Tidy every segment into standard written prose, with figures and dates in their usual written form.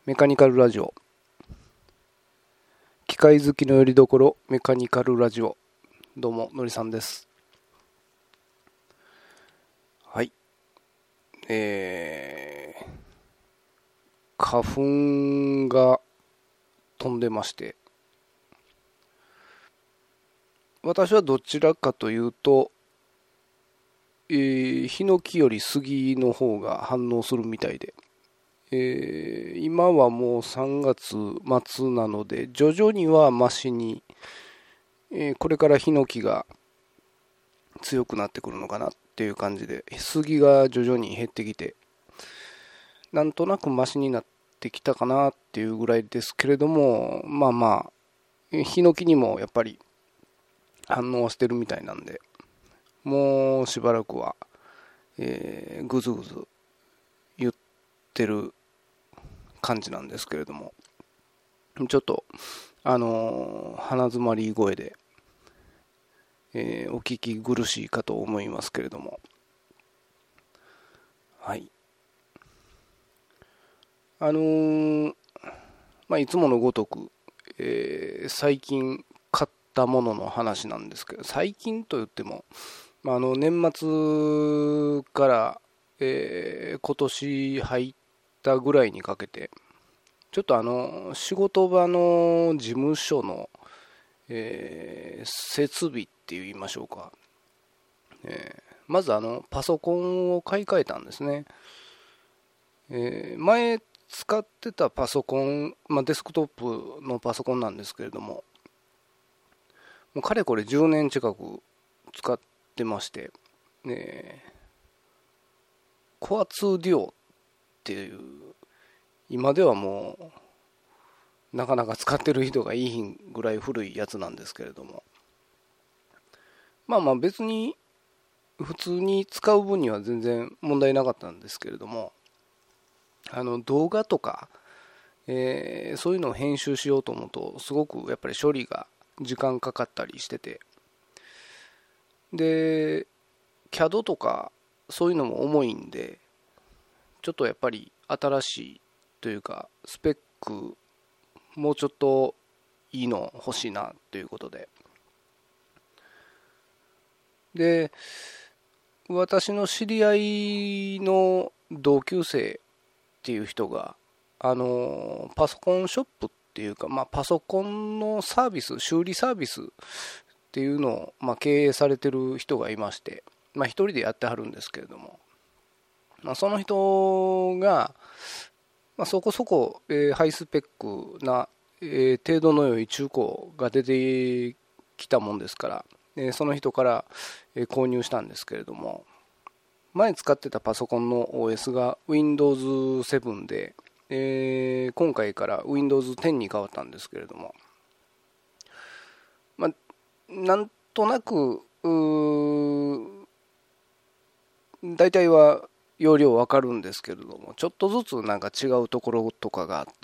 メカニカルラジオ。機械好きのよりどころメカニカルラジオ。どうものりさんです。はい。花粉が飛んでまして、私はどちらかというと、ヒノキよりスギの方が反応するみたいで、今はもう3月末なので徐々にはマシに、これからヒノキが強くなってくるのかなっていう感じで、杉が徐々に減ってきて、なんとなくマシになってきたかなっていうぐらいですけれども、ヒノキにもやっぱり反応はしてるみたいなんで、もうしばらくは、ぐずぐず言ってる感じなんですけれども、ちょっと鼻づまり声で、お聞き苦しいかと思いますけれども、はい。いつものごとく、最近買ったものの話なんですけど、最近といっても、年末から、今年入ったぐらいにかけて、ちょっと仕事場の事務所の、設備って言いましょうか。まずパソコンを買い替えたんですね。前使ってたパソコン、デスクトップのパソコンなんですけれども、もうかれこれ10年近く使ってまして、コア2デュオっていう、今ではもうなかなか使ってる人がいいぐらい古いやつなんですけれども、別に普通に使う分には全然問題なかったんですけれども、動画とか、そういうのを編集しようと思うとすごくやっぱり処理が時間かかったりしてて、で CAD とかそういうのも重いんで、ちょっとやっぱり新しいというかスペックもうちょっといいの欲しいなということで、私の知り合いの同級生っていう人がパソコンショップっていうか、パソコンのサービス、修理サービスっていうのを、経営されてる人がいまして、一人でやってはるんですけれども、その人が、そこそこ、ハイスペックな、程度の良い中古が出てきたもんですから、その人から、購入したんですけれども、前使ってたパソコンの OS が Windows 7で、今回から Windows 10に変わったんですけれども、なんとなく大体は容量わかるんですけれども、ちょっとずつなんか違うところとかがあって、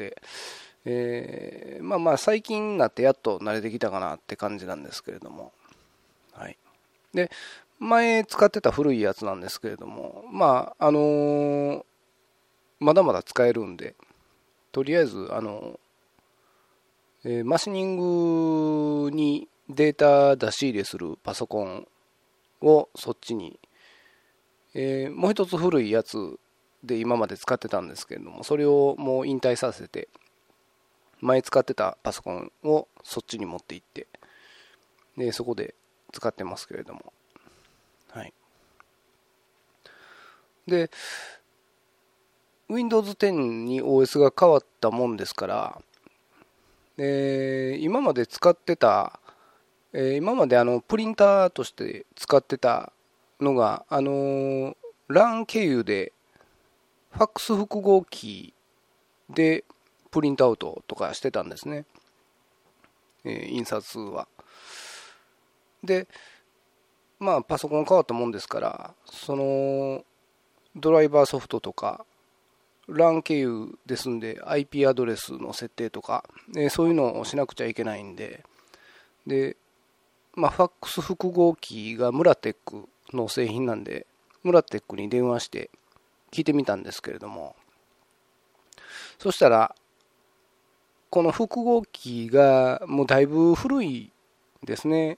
最近になってやっと慣れてきたかなって感じなんですけれども、はい。で、前使ってた古いやつなんですけれども、まだまだ使えるんで、とりあえずマシニングにデータ出し入れするパソコンをそっちに、もう一つ古いやつで今まで使ってたんですけれども、それをもう引退させて、前使ってたパソコンをそっちに持って行って、でそこで使ってますけれども、はい。で Windows 10に OS が変わったもんですから、今まで使ってた、今までプリンターとして使ってたのが、LAN 経由でファックス複合機でプリントアウトとかしてたんですね、印刷は。で、パソコン変わったもんですから、そのドライバーソフトとか LAN 経由ですんで IP アドレスの設定とか、そういうのをしなくちゃいけないんで、ファックス複合機がムラテックの製品なんで、ムラテックに電話して聞いてみたんですけれども、そしたらこの複合機がもうだいぶ古いですね。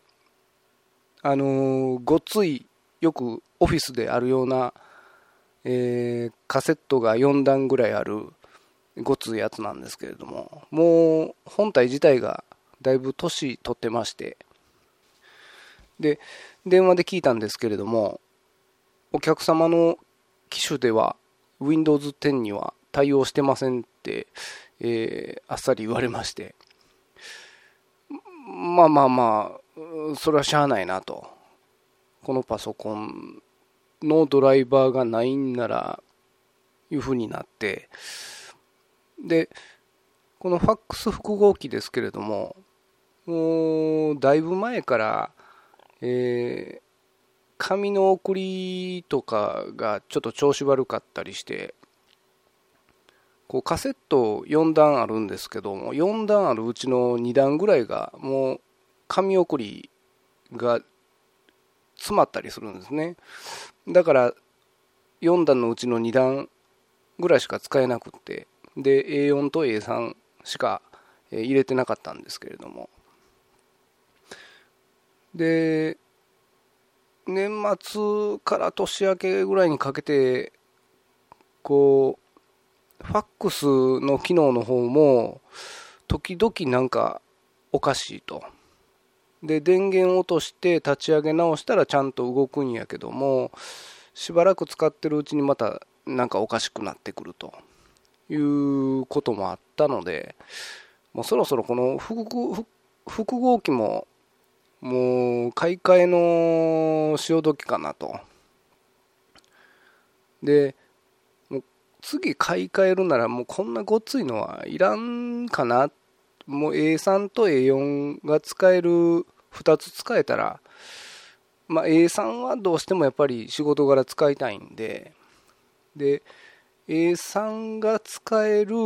ごっつい、よくオフィスであるような、カセットが4段ぐらいあるごっついやつなんですけれども、もう本体自体がだいぶ年取ってまして、で、電話で聞いたんですけれども、お客様の機種では Windows 10には対応してませんって、あっさり言われまして、まあまあまあ、それはしゃあないなと。このパソコンのドライバーがないんなら、いう風になって、で、このファックス複合機ですけれども、もうだいぶ前から、紙の送りとかがちょっと調子悪かったりして、こうカセット4段あるんですけども、4段あるうちの2段ぐらいがもう紙送りが詰まったりするんですね。だから4段のうちの2段ぐらいしか使えなくって、で A4 と A3 しか入れてなかったんですけれども、で年末から年明けぐらいにかけて、こうファックスの機能の方も時々なんかおかしいと。で電源を落として立ち上げ直したらちゃんと動くんやけども、しばらく使ってるうちにまたなんかおかしくなってくるということもあったので、もうそろそろこの複合機ももう買い替えの潮時かなと。でもう次買い替えるならもうこんなごっついのはいらんかな。もう A3 と A4 が使える、2つ使えたら、まあ、A3 はどうしてもやっぱり仕事柄使いたいんで、A3 が使える、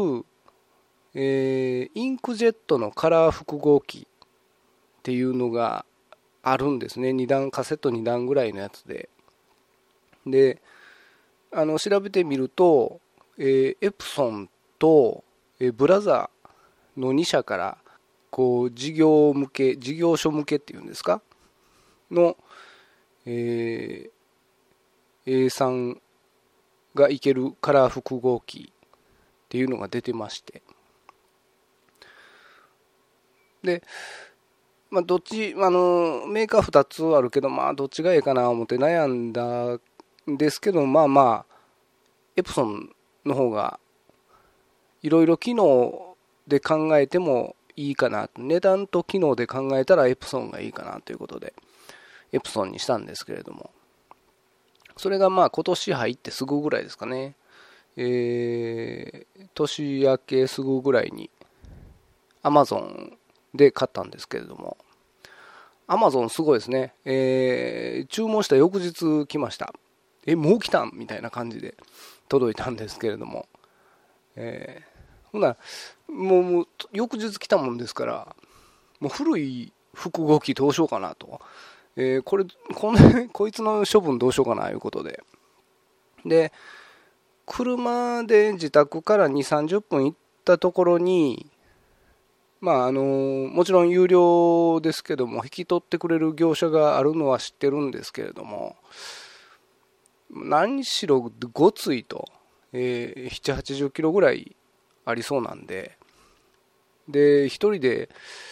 インクジェットのカラー複合機っていうのがあるんですね。2段、カセット2段ぐらいのやつで。で、調べてみると、エプソンと、ブラザーの2社からこう事業所向けっていうんですかの、A3 がいけるカラー複合機っていうのが出てまして、で、まあ、どっちメーカー2つあるけど、まあどっちがいいかな思って悩んだんですけど、まあまあエプソンの方がいろいろ機能で考えてもいいかな、値段と機能で考えたらエプソンがいいかなということでエプソンにしたんですけれども、それがまあ今年入ってすぐぐらいですかね、年明けすぐぐらいに Amazon で買ったんですけれども、Amazon すごいですね、注文した翌日来ました。もう来たんみたいな感じで届いたんですけれども、ほなもう翌日来たもんですから、もう古い複合機どうしようかなと、こいつの処分どうしようかないうことで、車で自宅から2、30分行ったところに、まあもちろん有料ですけども引き取ってくれる業者があるのは知ってるんですけれども、何しろごついと、7、80キロぐらいありそうなんで、一人で、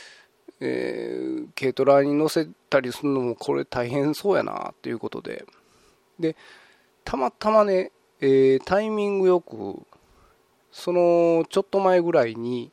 軽トラに乗せたりするのもこれ大変そうやなということで、たまたまね、タイミングよくそのちょっと前ぐらいに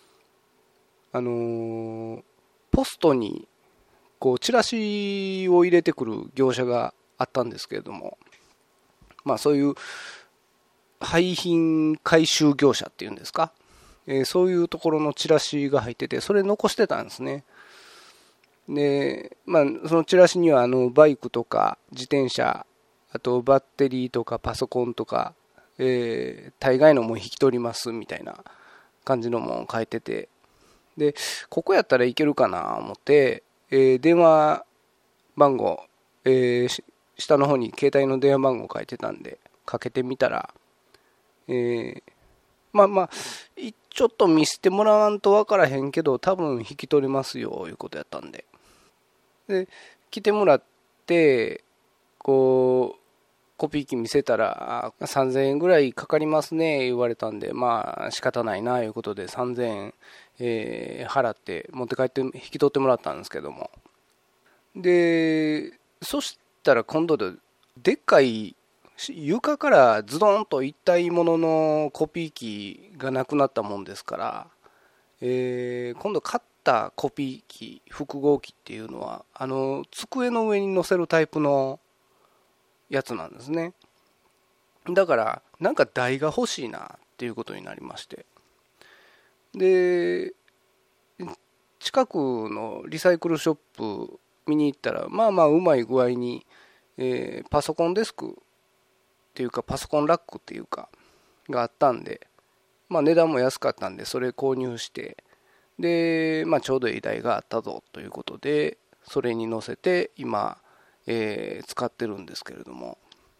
ポストにこうチラシを入れてくる業者があったんですけれども、まあそういう廃品回収業者っていうんですか、そういうところのチラシが入ってて、それ残してたんですね。で、まあそのチラシにはバイクとか自転車、あとバッテリーとかパソコンとか、大概のもん引き取りますみたいな感じのもん書いてて、でここやったらいけるかな思って、電話番号、下の方に携帯の電話番号書いてたんでかけてみたら、まあまあ一ちょっと見せてもらわんと分からへんけど多分引き取りますよいうことやったんで、来てもらってこうコピー機見せたら3000円ぐらいかかりますね言われたんで、まあ仕方ないないうことで3000円、払って持って帰って引き取ってもらったんですけども、でそしたら今度でっかい床からズドンと一体もののコピー機がなくなったもんですから、今度買ったコピー機複合機っていうのは机の上に載せるタイプのやつなんですね。だからなんか台が欲しいなっていうことになりまして、で近くのリサイクルショップ見に行ったらまあまあうまい具合に、パソコンデスクっていうかパソコンラックっていうかがあったんで、まあ値段も安かったんでそれ購入して、でまあちょうどいい台があったぞということでそれに乗せて今、使ってるんですけれども、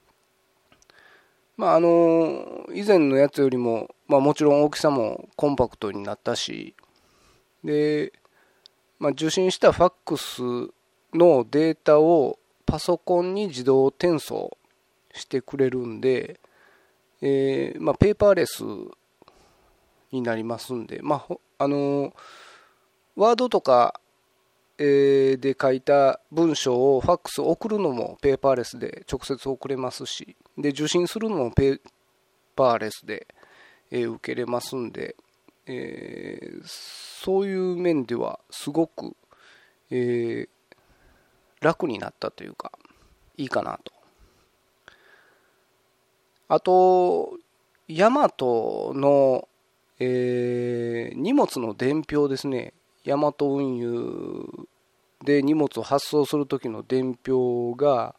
まあ以前のやつよりも、まあ、もちろん大きさもコンパクトになったし、で、まあ、受信したファックスのデータをパソコンに自動転送してくれるんで、まあ、ペーパーレスになりますんで、まあワードとか、で書いた文章をファックス送るのもペーパーレスで直接送れますし、で受信するのもペーパーレスで、受けれますんで、そういう面ではすごく、楽になったというかいいかなと。あとヤマトの、荷物の伝票ですね。ヤマト運輸で荷物を発送する時の伝票が、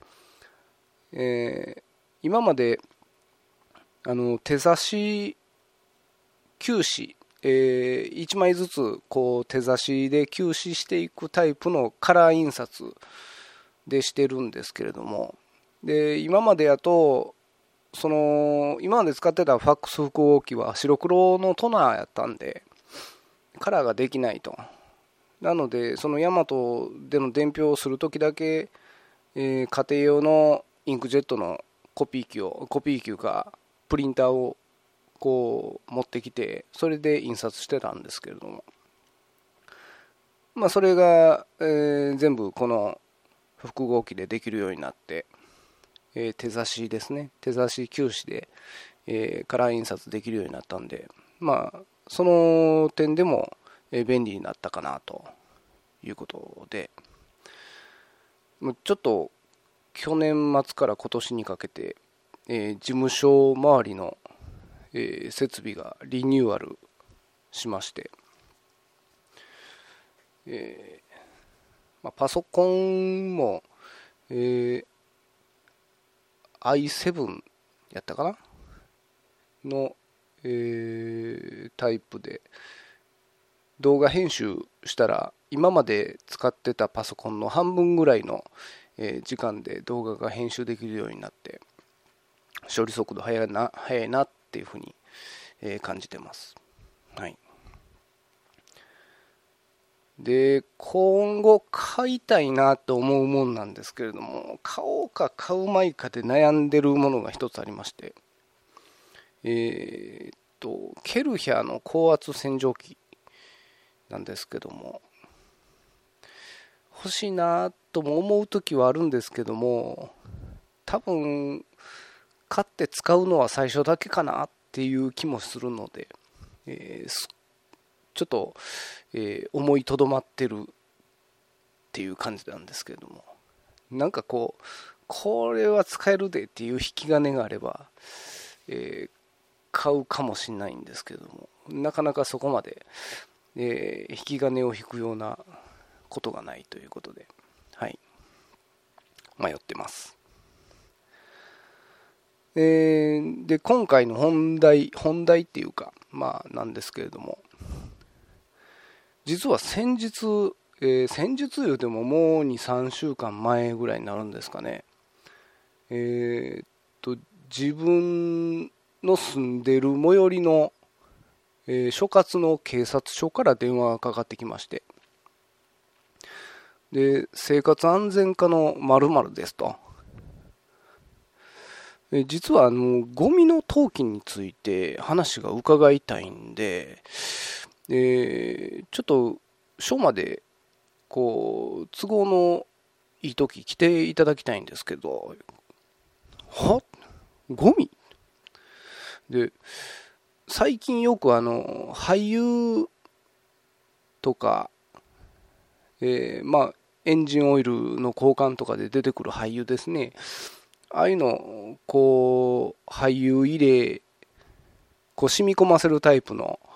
今まで手差し休止、1枚ずつこう手差しで休止していくタイプのカラー印刷でしてるんですけれども、で今までやと今まで使ってたファックス複合機は白黒のトナーやったんでカラーができないと。なのでそのヤマトでの伝票をするときだけ、家庭用のインクジェットのコピー機かプリンターをこう持ってきてそれで印刷してたんですけれども、まあそれが、全部この複合機でできるようになって、手差しですね、手差し休止で、カラー印刷できるようになったんで、まあその点でも、便利になったかなということで、ちょっと去年末から今年にかけて、事務所周りの、設備がリニューアルしまして、まあ、パソコンも、i7 やったかなの、タイプで動画編集したら今まで使ってたパソコンの半分ぐらいの、時間で動画が編集できるようになって処理速度速いなっていうふうに、感じてます。はい。で今後買いたいなと思うもんなんですけれども、買おうか買うまいかで悩んでるものが一つありまして、ケルヒャーの高圧洗浄機なんですけども、欲しいなとも思う時はあるんですけども、多分買って使うのは最初だけかなっていう気もするので、ちょっと、思いとどまってるっていう感じなんですけれども、なんかこれは使えるでっていう引き金があれば、買うかもしれないんですけども、なかなかそこまで、引き金を引くようなことがないということで、はい、迷ってます。で今回の本題っていうかまあなんですけれども、実は先日言うてももう 2,3 週間前ぐらいになるんですかね、自分の住んでる最寄りの、 所轄の警察署から電話がかかってきまして、で、生活安全課の〇〇ですと。実はゴミの投棄について話が伺いたいんで、ちょっと署まで都合のいい時来ていただきたいんですけど、はゴミで、最近よく俳優とか、エンジンオイルの交換とかで出てくる俳優ですね。ああいうの俳優入れ染み込ませるタイプの、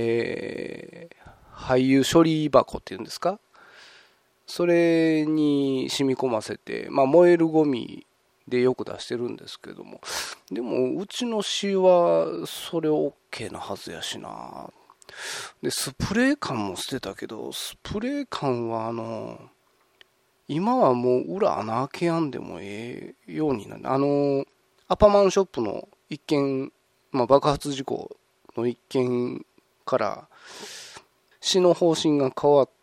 俳優処理箱っていうんですか、それに染み込ませて、燃えるゴミでよく出してるんですけども、でもうちの市はそれ OK なはずやしな。でスプレー缶も捨てたけど、スプレー缶は今はもう裏穴開けやんでもええようになる。アパマンショップの一件、爆発事故の一件から市の方針が変わって、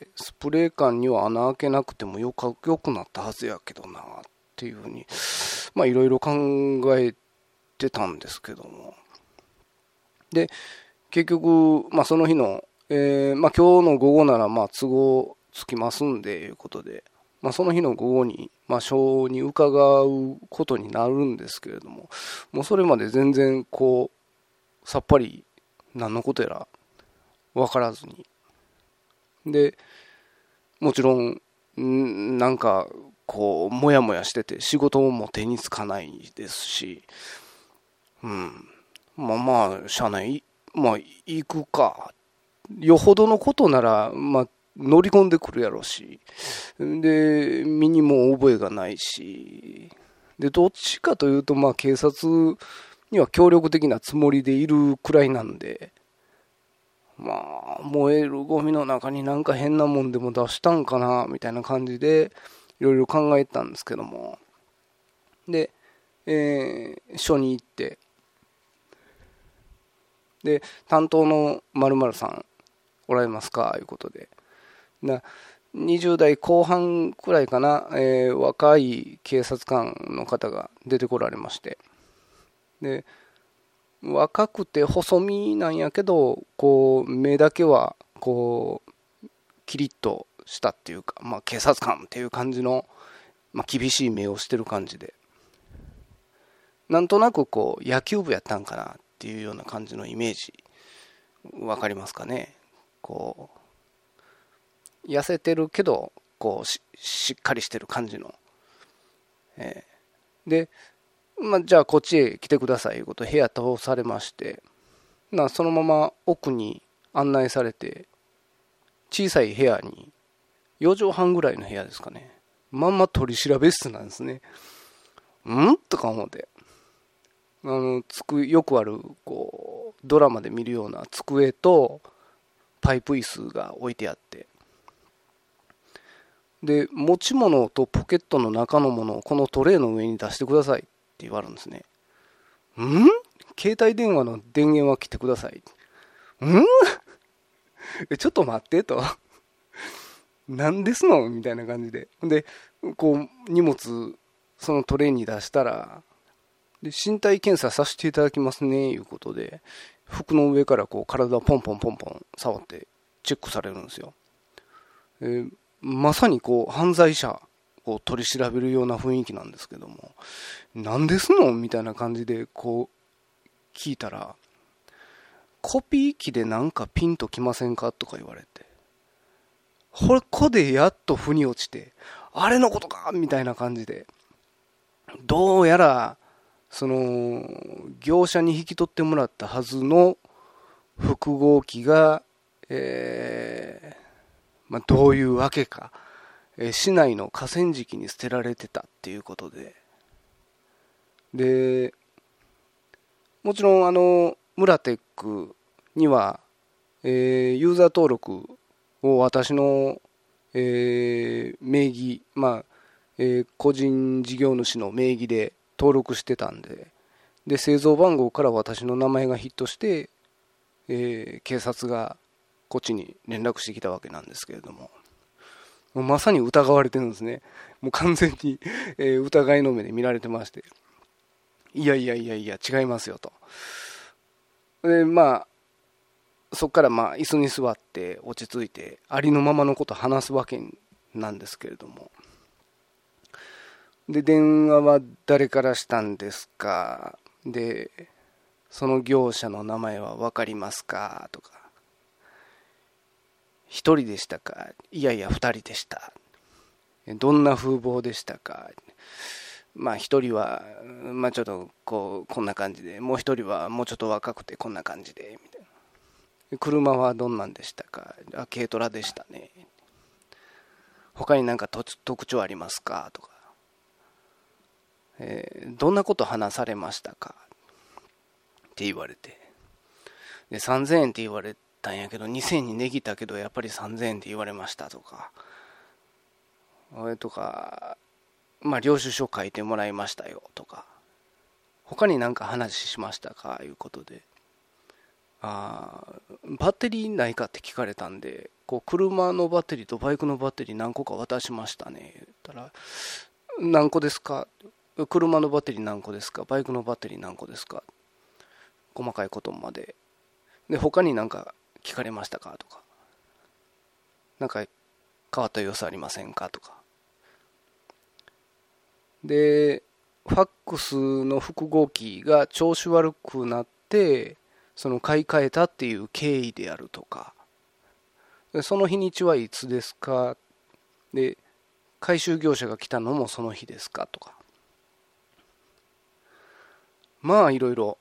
スプレー缶には穴開けなくてもよくなったはずやけどなっていうふうにいろいろ考えてたんですけども、で結局、その日の、今日の午後なら都合つきますんでいうことで、その日の午後に、署に伺うことになるんですけれども、もうそれまで全然さっぱり何のことやら分からずに、でもちろんなんかモヤモヤしてて、仕事も手につかないですし、社内行くか、よほどのことなら乗り込んでくるやろうし、で身にも覚えがないし、でどっちかというと警察には協力的なつもりでいるくらいなんで、燃えるゴミの中になんか変なもんでも出したんかなみたいな感じでいろいろ考えたんですけども、で、署に行って、で担当の〇〇さんおられますかいうことで、20代後半くらいかな、若い警察官の方が出てこられまして、で若くて細身なんやけど目だけはキリッとしたっていうか、警察官っていう感じの、厳しい目をしてる感じで、なんとなく野球部やったんかなっていうような感じのイメージ、わかりますかね。痩せてるけどしっかりしてる感じの、でじゃあこっちへ来てくださいいうことで部屋通されまして、そのまま奥に案内されて、小さい部屋に4畳半ぐらいの部屋ですかね、取り調べ室なんですね。とか思って、よくあるドラマで見るような机とパイプ椅子が置いてあって、で持ち物とポケットの中のものをこのトレイの上に出してくださいって言われるんですね。携帯電話の電源は切ってください。ちょっと待ってと何ですのみたいな感じで、荷物そのトレイに出したら、で身体検査させていただきますねいうことで、服の上から体をポンポンポンポン触ってチェックされるんですよ。まさに犯罪者を取り調べるような雰囲気なんですけども、何ですのみたいな感じで聞いたら、コピー機でなんかピンときませんかとか言われて、ここでやっと腑に落ちて、あれのことかみたいな感じで、どうやらその業者に引き取ってもらったはずの複合機が、どういうわけか、市内の河川敷に捨てられてたっていうことで、でもちろんムラテックには、ユーザー登録を私の、名義、個人事業主の名義で登録してたんで、製造番号から私の名前がヒットして警察がこっちに連絡してきたわけなんですけれども、もうまさに疑われてるんですね。もう完全に、疑いの目で見られてまして、いやいやいやいや違いますよと。でそこから椅子に座って落ち着いてありのままのことを話すわけなんですけれども、で電話は誰からしたんですか、でその業者の名前は分かりますかとか、一人でしたか、いやいや二人でした、どんな風貌でしたか、一人はちょっとこんな感じで、もう一人はもうちょっと若くてこんな感じでみたいな、車はどんなんでしたか、軽トラでしたね、他に何か特徴ありますかとか、どんなこと話されましたかって言われて、で3000円って言われたんやけど2000円に値切ったけどやっぱり3000円って言われましたとか、領収書書いてもらいましたよとか、他に何か話しましたかいうことで、バッテリーないかって聞かれたんで、車のバッテリーとバイクのバッテリー何個か渡しましたね。言ったら、何個ですか、車のバッテリー何個ですか、バイクのバッテリー何個ですか、細かいことまで。で他に何か聞かれましたかとか、何か変わった様子ありませんかとかで、ファックスの複合機が調子悪くなってその買い替えたっていう経緯であるとか、その日にちはいつですか、で回収業者が来たのもその日ですかとか、いろいろ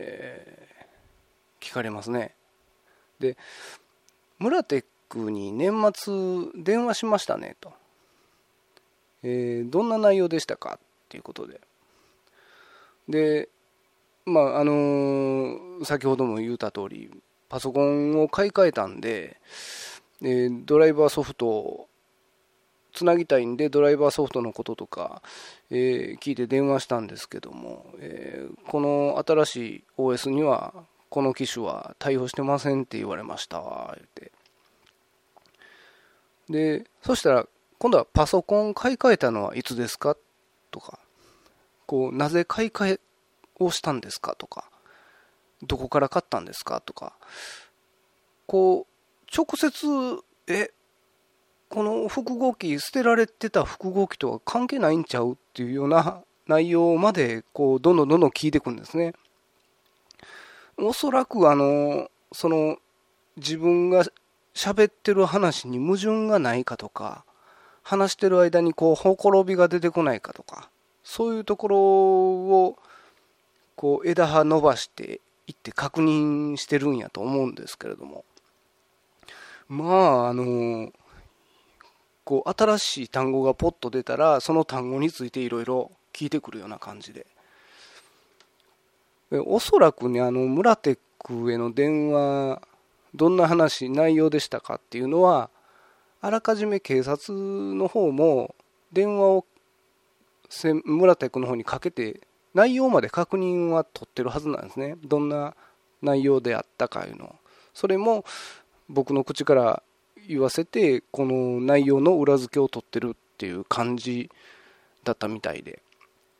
聞かれますね。で村テックに年末電話しましたねと、どんな内容でしたかっていうことで、先ほども言った通りパソコンを買い替えたんで、ドライバーソフトをつなぎたいんでドライバーソフトのこととか、聞いて電話したんですけども、この新しい OS にはこの機種は対応してませんって言われました言って、でそしたら今度はパソコン買い替えたのはいつですかとか、なぜ買い替えをしたんですかとか、どこから買ったんですかとか、直接この複合機捨てられてた複合機とは関係ないんちゃうっていうような内容までどんどん聞いていくんですね。おそらくその自分が喋ってる話に矛盾がないかとか、話してる間にほころびが出てこないかとか、そういうところを枝葉伸ばしていって確認してるんやと思うんですけれども、新しい単語がポッと出たらその単語についていろいろ聞いてくるような感じで、おそらくね村テックへの電話どんな話内容でしたかっていうのはあらかじめ警察の方も電話を村テックの方にかけて内容まで確認は取ってるはずなんですね。どんな内容であったかいうの、それも僕の口から言わせてこの内容の裏付けを取ってるっていう感じだったみたいで、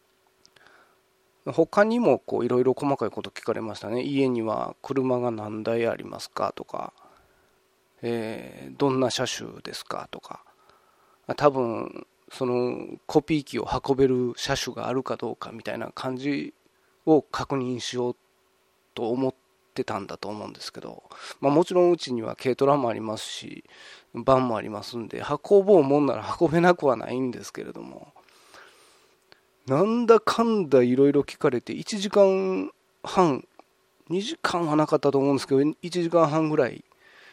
他にもいろいろ細かいこと聞かれましたね。家には車が何台ありますかとか、どんな車種ですかとか、多分そのコピー機を運べる車種があるかどうかみたいな感じを確認しようと思ってたんだと思うんですけど、もちろんうちには軽トラもありますしバンもありますんで運ぼうもんなら運べなくはないんですけれども、なんだかんだいろいろ聞かれて1時間半2時間はなかったと思うんですけど1時間半ぐらい、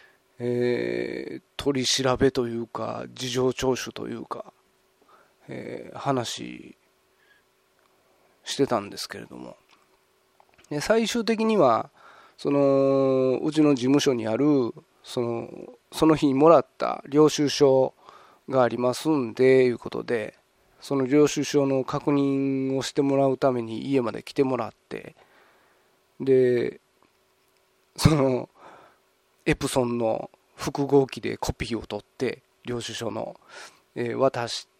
取り調べというか事情聴取というか、話してたんですけれども、で最終的にはうちの事務所にあるその日にもらった領収書がありますんでいうことで、その領収書の確認をしてもらうために家まで来てもらって、でエプソンの複合機でコピーを取って領収書の、渡して、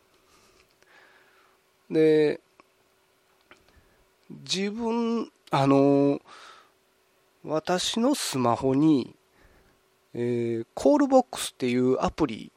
で自分私のスマホに、コールボックスっていうアプリ、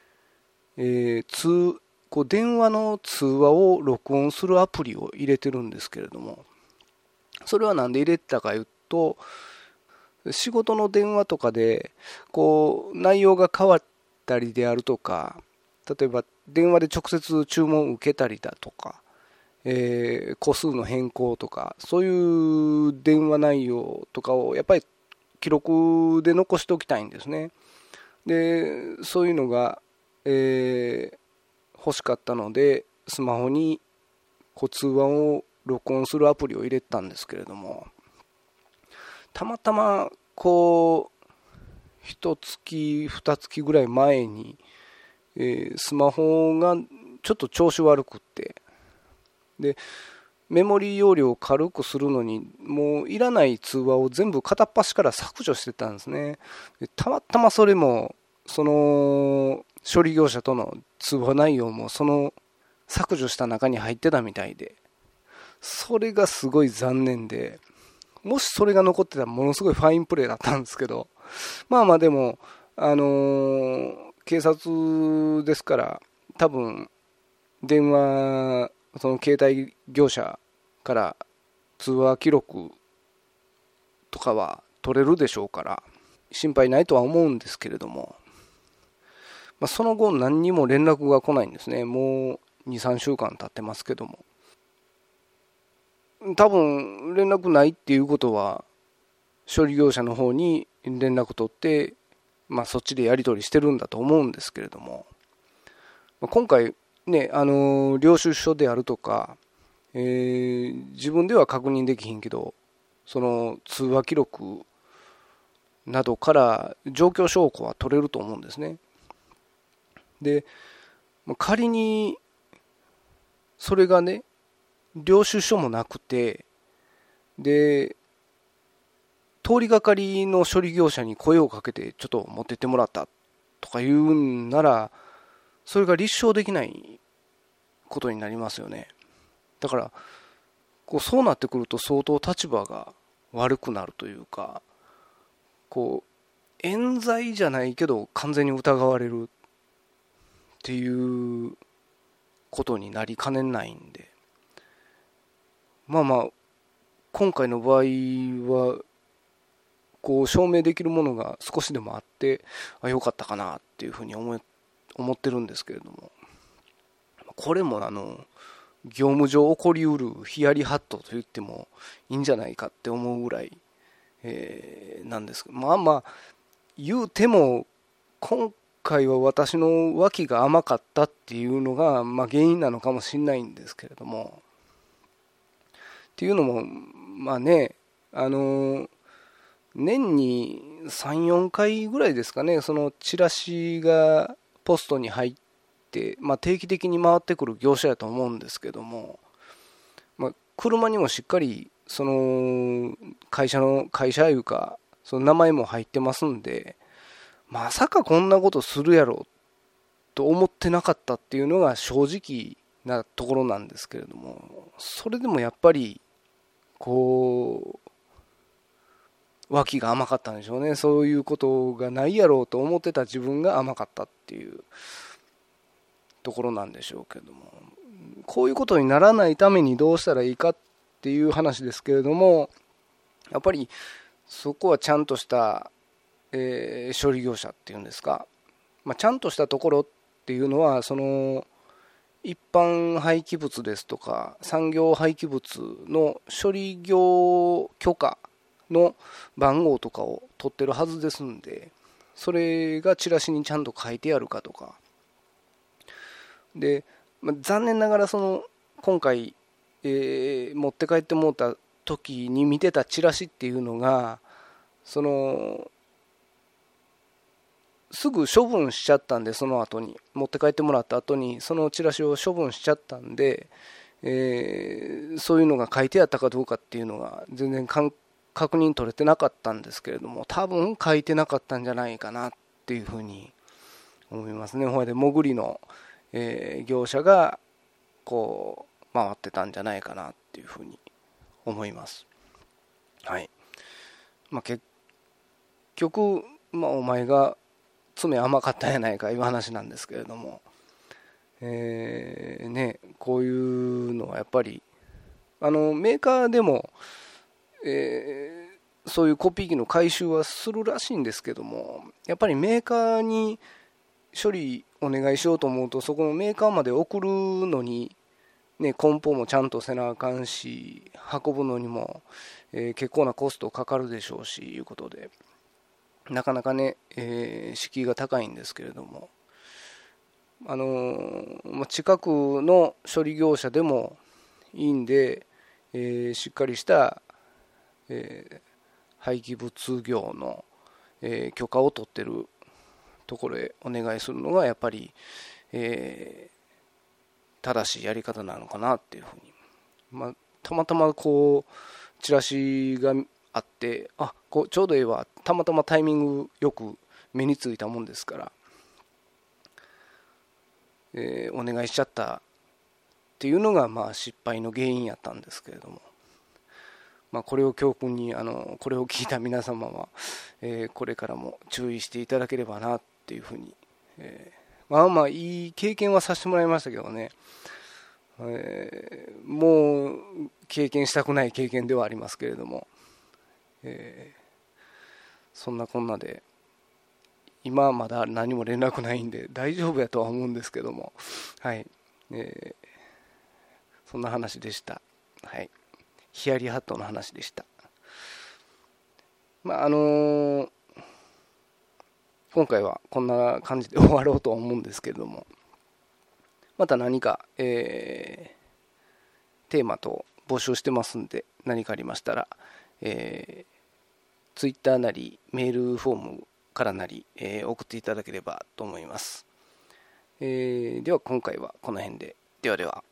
こう電話の通話を録音するアプリを入れてるんですけれども、それはなんで入れてたかいうと、仕事の電話とかでこう内容が変わったりであるとか、例えば電話で直接注文を受けたりだとか、個数の変更とか、そういう電話内容とかをやっぱり記録で残しておきたいんですね。でそういうのが、欲しかったので、スマホにこう通話を録音するアプリを入れたんですけれども、たまたまこう1月2月ぐらい前に、スマホがちょっと調子悪くって、でメモリー容量を軽くするのにもういらない通話を全部片っ端から削除してたんですね。でたまたまそれもその処理業者との通話内容もその削除した中に入ってたみたいで、それがすごい残念で、もしそれが残ってたらものすごいファインプレーだったんですけど、まあまあでも、警察ですから多分電話、その携帯業者から通話記録とかは取れるでしょうから心配ないとは思うんですけれども、まあ、その後何にも連絡が来ないんですね。もう2、3週間経ってますけども、多分連絡ないっていうことは処理業者の方に連絡取って、まあ、そっちでやり取りしてるんだと思うんですけれども、今回ね、領収書であるとか、自分では確認できひんけど、その通話記録などから状況証拠は取れると思うんですね。で、仮にそれがね、領収書もなくて、で通りがかりの処理業者に声をかけてちょっと持ってってもらったとか言うんなら、それが立証できないことになりますよね。だからこうそうなってくると相当立場が悪くなるというか、こう冤罪じゃないけど完全に疑われるっていうことになりかねないんで、まあまあ今回の場合はこう証明できるものが少しでもあって良かったかなっていうふうに思ってるんですけれども、これも業務上起こりうるヒヤリハットと言ってもいいんじゃないかって思うぐらい、なんですけど、まあまあ言うても今回は私の脇が甘かったっていうのが、まあ、原因なのかもしれないんですけれども、っていうのもまあね、年に3、4回ぐらいですかね、そのチラシがポストに入って、まあ、定期的に回ってくる業者やと思うんですけども、まあ、車にもしっかりその会社いうかその名前も入ってますんで、まさかこんなことするやろと思ってなかったっていうのが正直なところなんですけれども、それでもやっぱりこう脇が甘かったんでしょうね。そういうことがないやろうと思ってた自分が甘かったっていうところなんでしょうけども、こういうことにならないためにどうしたらいいかっていう話ですけれども、やっぱりそこはちゃんとした、処理業者っていうんですか、まあ、ちゃんとしたところっていうのはその一般廃棄物ですとか産業廃棄物の処理業許可の番号とかを取ってるはずですんで、それがチラシにちゃんと書いてあるかとかで、まあ、残念ながらその今回、持って帰ってもらった時に見てたチラシっていうのがそのすぐ処分しちゃったんで、その後に持って帰ってもらった後にそのチラシを処分しちゃったんで、そういうのが書いてあったかどうかっていうのが全然関確認取れてなかったんですけれども、多分書いてなかったんじゃないかなっていうふうに思いますね。ほいで潜りの、業者がこう回ってたんじゃないかなっていうふうに思います。はい。結局、お前が爪甘かったんやないかいう話なんですけれども、こういうのはやっぱりメーカーでも、そういうコピー機の回収はするらしいんですけども、やっぱりメーカーに処理お願いしようと思うと、そこのメーカーまで送るのに、梱包もちゃんとせなあかんし、運ぶのにも、結構なコストかかるでしょうしいうことで、なかなかね、敷居が高いんですけれども、近くの処理業者でもいいんで、しっかりした、廃棄物業の、許可を取ってるところへお願いするのがやっぱり、正しいやり方なのかなっていうふうに、たまたまこうチラシがあって、ちょうどええわ、たまたまタイミングよく目についたもんですから、お願いしちゃったっていうのが失敗の原因やったんですけれども、これを教訓にこれを聞いた皆様は、これからも注意していただければなっていうふうに、いい経験はさせてもらいましたけどね、もう経験したくない経験ではありますけれども、そんなこんなで今はまだ何も連絡ないんで大丈夫やとは思うんですけども、はい、そんな話でした。はい、ヒヤリハットの話でした。今回はこんな感じで終わろうとは思うんですけれども、また何か、テーマ等募集してますんで、何かありましたら、ツイッターなりメールフォームからなり、送っていただければと思います。では今回はこの辺で。ではでは。